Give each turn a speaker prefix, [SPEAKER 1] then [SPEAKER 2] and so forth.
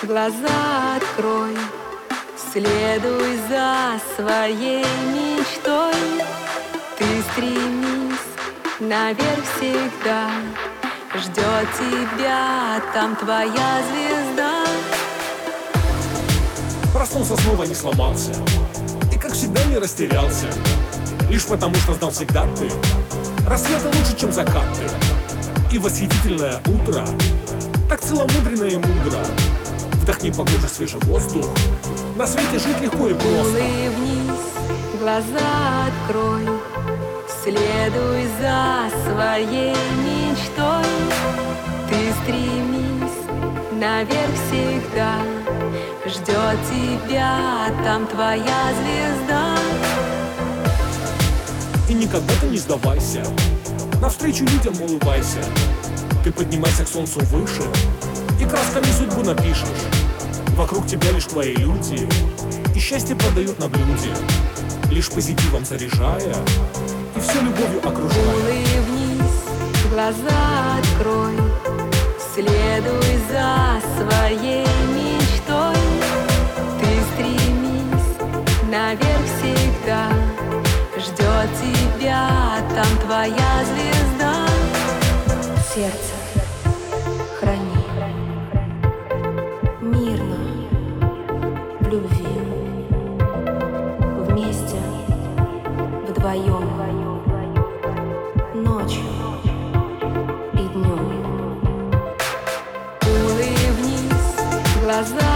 [SPEAKER 1] Глаза открой, следуй за своей мечтой. Ты стремись наверх всегда, ждет тебя там твоя звезда.
[SPEAKER 2] Проснулся снова, не сломался, и как всегда не растерялся, лишь потому что знал всегда ты. Рассветы лучше, чем закаты, и восхитительное утро так целомудренно и мудро. Вдохни поглубже свежий воздух, на свете жить легко и просто.
[SPEAKER 1] Улыбнись, глаза открой, следуй за своей мечтой. Ты стремись наверх всегда, ждет тебя там твоя звезда.
[SPEAKER 2] И никогда ты не сдавайся, навстречу людям улыбайся. Ты поднимайся к солнцу выше и красками судьбу напишешь. Вокруг тебя лишь твои люди, и счастье подают на блюде, лишь позитивом заряжая и все любовью окружая.
[SPEAKER 1] Улыбнись, глаза открой, следуй за своей мечтой. Ты стремись наверх всегда, ждет тебя там твоя звезда. Сердце храни мирно в любви, вместе, вдвоем, ночью и днем. Улыбнись, глаза